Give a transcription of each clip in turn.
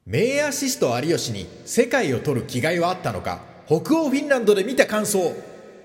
名アシスト有吉に世界を取る気概はあったのか、北欧フィンランドで見た感想。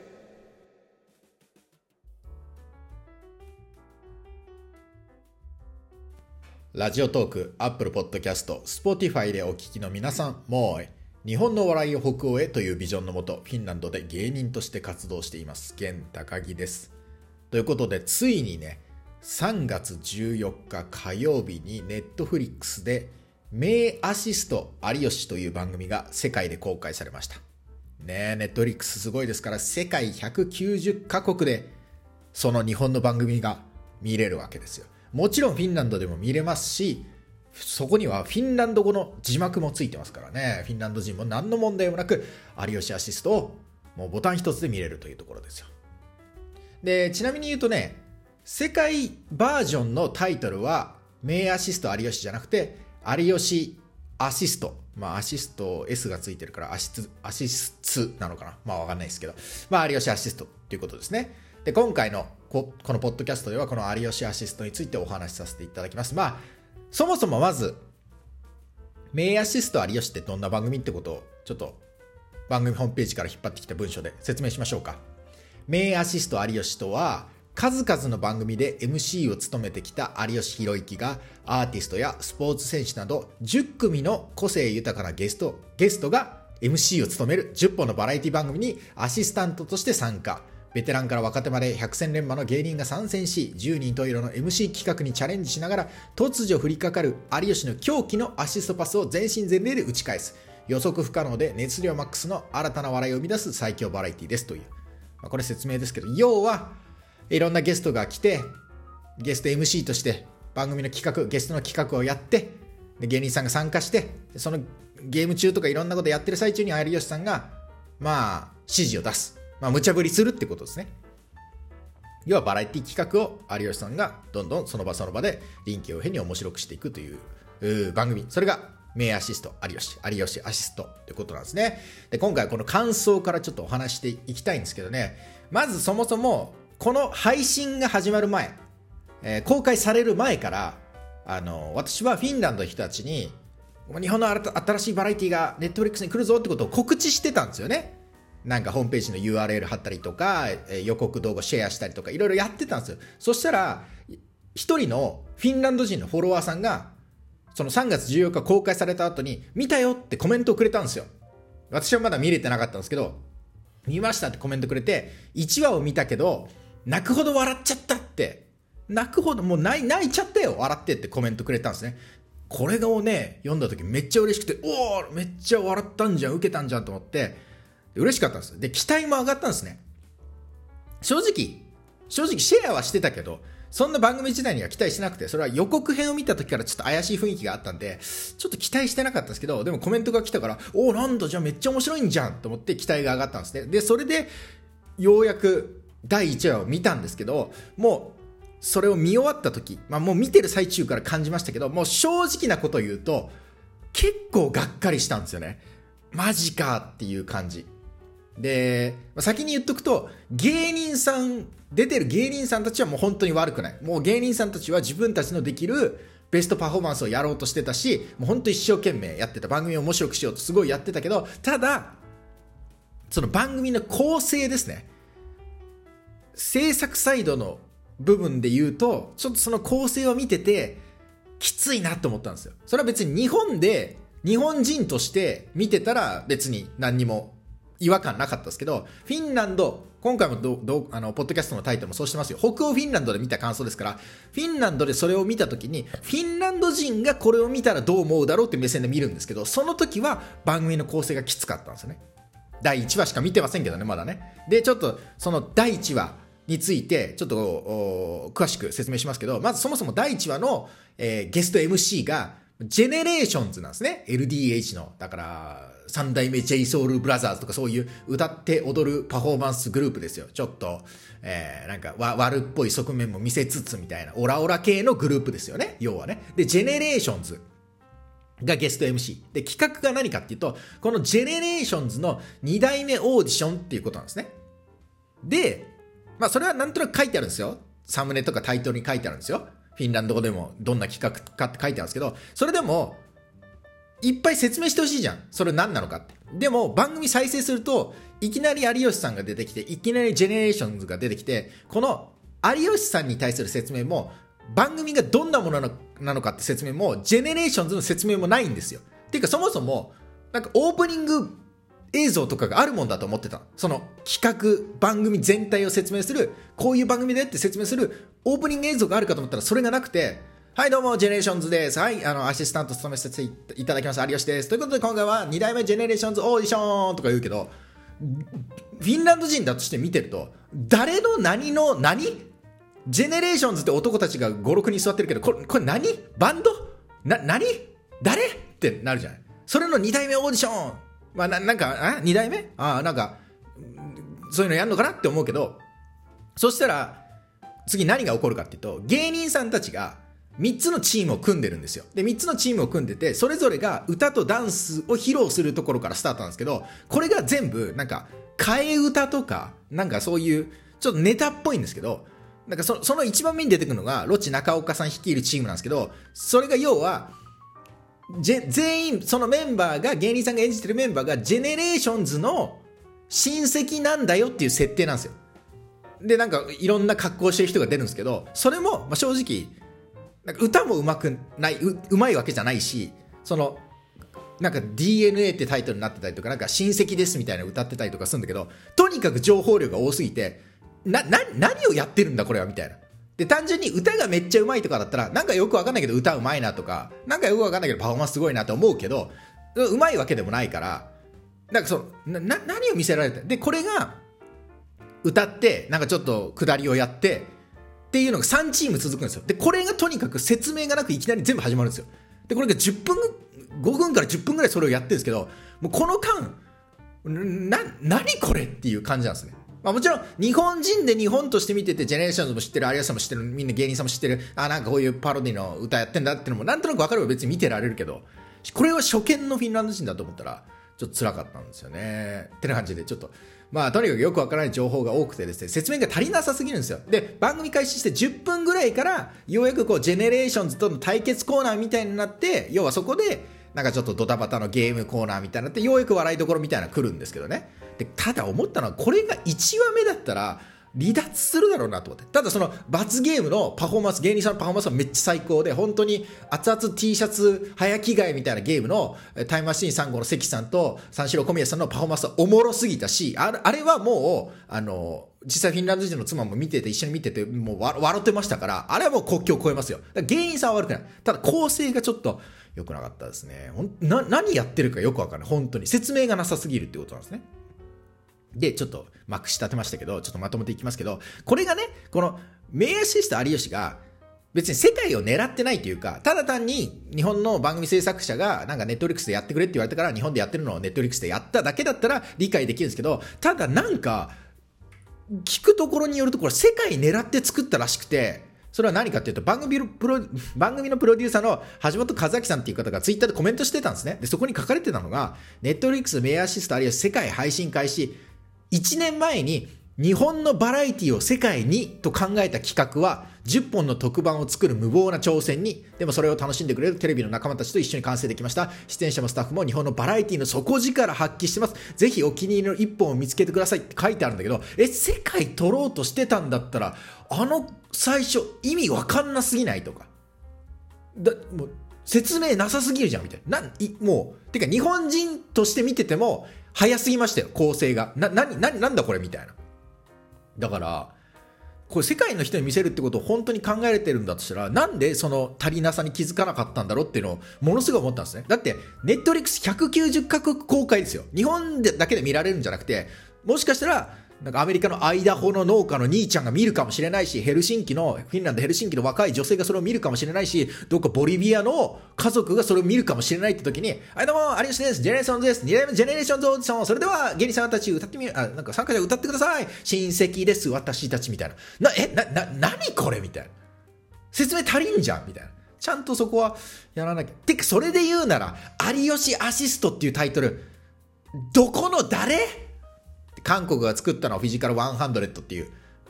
ラジオトーク、アップルポッドキャスト、スポティファイでお聞きの皆さん、もう日本の笑いを北欧へというビジョンのもと、フィンランドで芸人として活動しています現高木です。ということで、ついにね、3月14日火曜日にネットフリックスで名アシスト有吉という番組が世界で公開されましたね。ネットフリックスすごいですから、世界190カ国でその日本の番組が見れるわけですよ。もちろんフィンランドでも見れますし、そこにはフィンランド語の字幕もついてますからね。フィンランド人も何の問題もなく有吉アシストをもうボタン一つで見れるというところですよ。で、ちなみに言うとね、世界バージョンのタイトルは名アシスト有吉じゃなくて有吉アシスト。アシスト S がついてるからアシスなのかな。わかんないですけど。有吉アシストっていうことですね。で、今回のこのポッドキャストではこの有吉アシストについてお話しさせていただきます。そもそもまず、名アシスト有吉ってどんな番組ってことをちょっと番組ホームページから引っ張ってきた文章で説明しましょうか。名アシスト有吉とは、数々の番組で MC を務めてきた有吉弘行がアーティストやスポーツ選手など10組の個性豊かなゲストが MC を務める10本のバラエティ番組にアシスタントとして参加。ベテランから若手まで百戦錬磨の芸人が参戦し、10人十色の MC 企画にチャレンジしながら突如降りかかる有吉の狂気のアシストパスを全身全霊で打ち返す。予測不可能で熱量マックスの新たな笑いを生み出す最強バラエティですという、これ説明ですけど、要はいろんなゲストが来て、ゲスト MC として番組の企画、ゲストの企画をやって、で芸人さんが参加して、そのゲーム中とかいろんなことやってる最中に有吉さんが指示を出す、無茶ぶりするってことですね。要はバラエティ企画を有吉さんがどんどんその場その場で臨機応変に面白くしていくという番組、それが名アシスト有吉アシストということなんですね。で、今回はこの感想からちょっとお話していきたいんですけどね、まずそもそもこの配信が始まる前、公開される前から私はフィンランドの人たちに日本の新しいバラエティがネットフリックスに来るぞってことを告知してたんですよね。なんかホームページの URL 貼ったりとか、予告動画シェアしたりとかいろいろやってたんですよ。そしたら一人のフィンランド人のフォロワーさんがその3月14日公開された後に見たよってコメントをくれたんですよ。私はまだ見れてなかったんですけど、見ましたってコメントくれて、1話を見たけど泣くほど笑っちゃったって、泣くほどもう泣いちゃったよ笑ってってコメントくれたんですね。これをね読んだ時めっちゃ嬉しくて、おーめっちゃ笑ったんじゃん、受けたんじゃんと思って嬉しかったんです。で、期待も上がったんですね。正直シェアはしてたけど、そんな番組自体には期待してなくて、それは予告編を見た時からちょっと怪しい雰囲気があったんでちょっと期待してなかったんですけど、でもコメントが来たから、なんだじゃあめっちゃ面白いんじゃんと思って期待が上がったんですね。で、それでようやく第1話を見たんですけど、もうそれを見終わった時、もう見てる最中から感じましたけど、もう正直なことを言うと結構がっかりしたんですよね。マジかっていう感じで、先に言っとくと、出てる芸人さんたちはもう本当に悪くない。もう芸人さんたちは自分たちのできるベストパフォーマンスをやろうとしてたし、もう本当一生懸命やってた。番組を面白くしようとすごいやってたけど、ただその番組の構成ですね、制作サイドの部分で言うと、ちょっとその構成を見ててきついなと思ったんですよ。それは別に日本人として見てたら別に何にも違和感なかったですけど、フィンランド、今回もポッドキャストのタイトルもそうしてますよ。北欧フィンランドで見た感想ですから、フィンランドでそれを見たときに、フィンランド人がこれを見たらどう思うだろうって目線で見るんですけど、その時は番組の構成がきつかったんですよね。第1話しか見てませんけどね、まだね。で、ちょっとその第1話についてちょっと詳しく説明しますけど、まずそもそも第1話の、ゲスト MC がジェネレーションズなんですね。LDH の、だから三代目 JSOULBROTHERS とかそういう歌って踊るパフォーマンスグループですよ。ちょっと、なんか悪っぽい側面も見せつつみたいなオラオラ系のグループですよね、要はね。で、ジェネレーションズがゲスト MC で、企画が何かっていうと、このジェネレーションズの2代目オーディションっていうことなんですね。で、それはなんとなく書いてあるんですよ。サムネとかタイトルに書いてあるんですよ。フィンランド語でもどんな企画かって書いてあるんですけど、それでもいっぱい説明してほしいじゃん。それ何なのかって。でも番組再生するといきなり有吉さんが出てきて、いきなりジェネレーションズが出てきて、この有吉さんに対する説明も、番組がどんなものなのかって説明も、ジェネレーションズの説明もないんですよ。っていうかそもそもなんかオープニング映像とかがあるもんだと思ってた。その企画番組全体を説明する、こういう番組でって説明するオープニング映像があるかと思ったら、それがなくて、はいどうもジェネレーションズです、はい、アシスタント務めさせていただきます有吉ですということで、今回は2代目ジェネレーションズオーディションとか言うけど、フィンランド人だとして見てると、誰の何の何ジェネレーションズって男たちが5、6人座ってるけど、これ何バンド何誰ってなるじゃない。それの2代目オーディション、まあ、なんか2代目なんかそういうのやるのかなって思うけど、そしたら次何が起こるかっていうと、芸人さんたちが3つのチームを組んでるんですよ。で3つのチームを組んでて、それぞれが歌とダンスを披露するところからスタートなんですけど、これが全部なんか替え歌とかなんかそういうちょっとネタっぽいんですけど、なんかその一番目に出てくるのがロッチ中岡さん率いるチームなんですけど、それが要は全員そのメンバーが、芸人さんが演じてるメンバーがジェネレーションズの親戚なんだよっていう設定なんですよ。でなんかいろんな格好してる人が出るんですけど、それもまあ正直なんか歌もうまいわけじゃないし、そのなんか DNA ってタイトルになってたりとか、なんか親戚ですみたいな歌ってたりとかするんだけど、とにかく情報量が多すぎて何をやってるんだこれはみたいな。で単純に歌がめっちゃうまいとかだったら、なんかよくわかんないけど歌うまいなとか、なんかよくわかんないけどパフォーマンスすごいなと思うけど、うまいわけでもないから、なんかその何を見せられた。でこれが歌ってなんかちょっと下りをやってっていうのが3チーム続くんですよ。でこれがとにかく説明がなくいきなり全部始まるんですよ。でこれが5分から10分ぐらいそれをやってるんですけど、もうこの間何これっていう感じなんですね。まあ、もちろん日本人で日本として見てて、ジェネレーションズも知ってる、有吉さんも知ってる、みんな芸人さんも知ってる、なんかこういうパロディの歌やってんだっていうのもなんとなく分かれば別に見てられるけど、これは初見のフィンランド人だと思ったらちょっと辛かったんですよね。ってな感じで、ちょっとまあとにかくよくわからない情報が多くてですね、説明が足りなさすぎるんですよ。で番組開始して10分ぐらいからようやくこうジェネレーションズとの対決コーナーみたいになって、要はそこでなんかちょっとドタバタのゲームコーナーみたいになって、ようやく笑いどころみたいなの来るんですけどね。でただ思ったのは、これが1話目だったら離脱するだろうなと思って。ただその罰ゲームのパフォーマンス、芸人さんのパフォーマンスはめっちゃ最高で、本当に熱々 T シャツ早着替えみたいなゲームのタイムマシーン3号の関さんと三四郎小宮さんのパフォーマンスはおもろすぎたし、あれはもう実際フィンランド人の妻も見てて、一緒に見ててもう笑ってましたから、あれはもう国境を越えますよ。だから芸人さんは悪くない。ただ構成がちょっと良くなかったですね。何やってるかよくわからない。本当に説明がなさすぎるってことなんですね。でちょっとまくし立てましたけど、ちょっとまとめていきますけど、これがね、この名アシスト有吉が別に世界を狙ってないというか、ただ単に日本の番組制作者がなんかネットフリックスでやってくれって言われたから日本でやってるのをネットフリックスでやっただけだったら理解できるんですけど、ただなんか聞くところによると、これ世界狙って作ったらしくて、それは何かっていうと、番組のプロデューサーの橋本和明さんっていう方がツイッターでコメントしてたんですね。でそこに書かれてたのが、ネットフリックス名アシスト有吉世界配信開始1年前に日本のバラエティを世界にと考えた企画は10本の特番を作る無謀な挑戦に、でもそれを楽しんでくれるテレビの仲間たちと一緒に完成できました。出演者もスタッフも日本のバラエティの底力発揮してます。ぜひお気に入りの一本を見つけてくださいって書いてあるんだけど、世界取ろうとしてたんだったら、最初意味わかんなすぎないとか、もう説明なさすぎるじゃんみたいな。もうてか日本人として見てても早すぎましたよ、構成が。なんだこれみたいな。だからこれ世界の人に見せるってことを本当に考えてるんだとしたら、なんでその足りなさに気づかなかったんだろうっていうのをものすごい思ったんですね。だってネットフリックス190カ国公開ですよ。日本だけで見られるんじゃなくて、もしかしたらなんかアメリカのアイダホの農家の兄ちゃんが見るかもしれないし、フィンランドヘルシンキの若い女性がそれを見るかもしれないし、どっかボリビアの家族がそれを見るかもしれないって時に、はいどうも有吉です、ジェネレーションズです、2代目ジェネレーションズオーディション、それでは芸人さんたち歌ってみなんか参加者歌ってください、親戚です私たちみたいな、何これみたいな、説明足りんじゃんみたいな。ちゃんとそこはやらなきゃ。てかそれで言うなら有吉アシストっていうタイトル、どこの誰？韓国が作ったのはフィジカル100っていう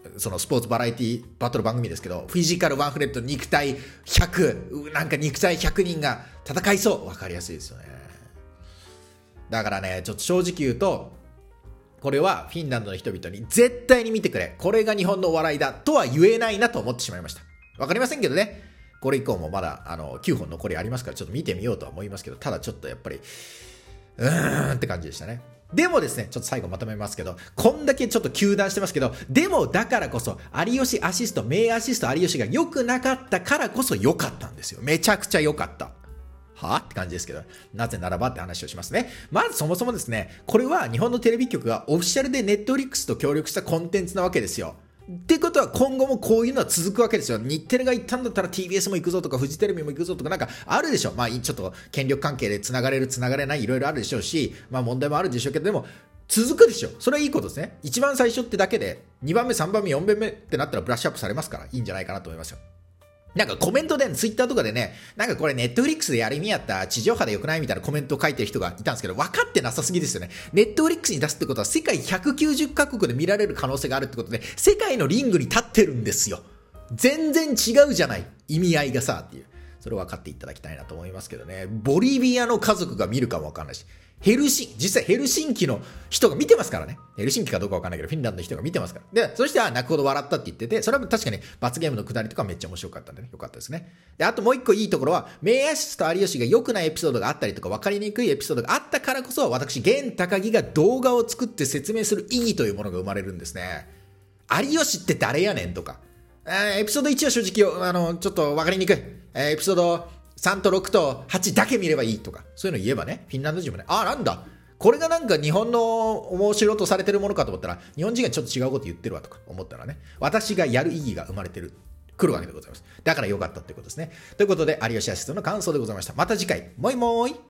そのスポーツバラエティバトル番組ですけど、フィジカルワンフレット肉体100、なんか肉体100人が戦いそう。わかりやすいですよね。だからね、ちょっと正直言うと、これはフィンランドの人々に絶対に見てくれ、これが日本のお笑いだとは言えないなと思ってしまいました。わかりませんけどね、これ以降もまだ9本残りありますから、ちょっと見てみようとは思いますけど、ただちょっとやっぱりって感じでしたね。でもですね、ちょっと最後まとめますけど、こんだけちょっと糾弾してますけど、でもだからこそ有吉アシスト、名アシスト有吉が良くなかったからこそ良かったんですよ。めちゃくちゃ良かった。はって感じですけど、なぜならばって話をしますね。まずそもそもですね、これは日本のテレビ局がオフィシャルでネットフリックスと協力したコンテンツなわけですよ。ってことは今後もこういうのは続くわけですよ。日テレが行ったんだったら TBS も行くぞとかフジテレビも行くぞとかなんかあるでしょ。まあちょっと権力関係で繋がれる繋がれないいろいろあるでしょうし、まあ問題もあるでしょうけど、でも続くでしょ。それはいいことですね。一番最初ってだけで2番目3番目4番目ってなったらブラッシュアップされますからいいんじゃないかなと思いますよ。なんかコメントで、ツイッターとかでね、なんかこれネットフリックスでやる意味やった地上波でよくないみたいなコメントを書いてる人がいたんですけど、分かってなさすぎですよね。ネットフリックスに出すってことは世界190カ国で見られる可能性があるってことで、世界のリングに立ってるんですよ。全然違うじゃない。意味合いがさ、っていう。それを分かっていただきたいなと思いますけどね。ボリビアの家族が見るかも分かんないし。実際ヘルシンキの人が見てますからね。ヘルシンキかどうかわかんないけど、フィンランドの人が見てますから。で、そして泣くほど笑ったって言ってて、それは確かに罰ゲームのくだりとかめっちゃ面白かったんでね、よかったですね。で、あともう一個いいところは、名アシスト有吉が良くないエピソードがあったりとか、分かりにくいエピソードがあったからこそ、私、現高木が動画を作って説明する意義というものが生まれるんですね。有吉って誰やねんとか。エピソード1は正直、ちょっと分かりにくい。エピソード3と6と8だけ見ればいいとか、そういうの言えばね、フィンランド人もね、なんだこれがなんか日本の面白とされてるものかと思ったら、日本人がちょっと違うこと言ってるわとか思ったらね、私がやる意義が生まれてくるわけでございます。だから良かったってことですね。ということで、有吉アシストの感想でございました。また次回、もいもーい。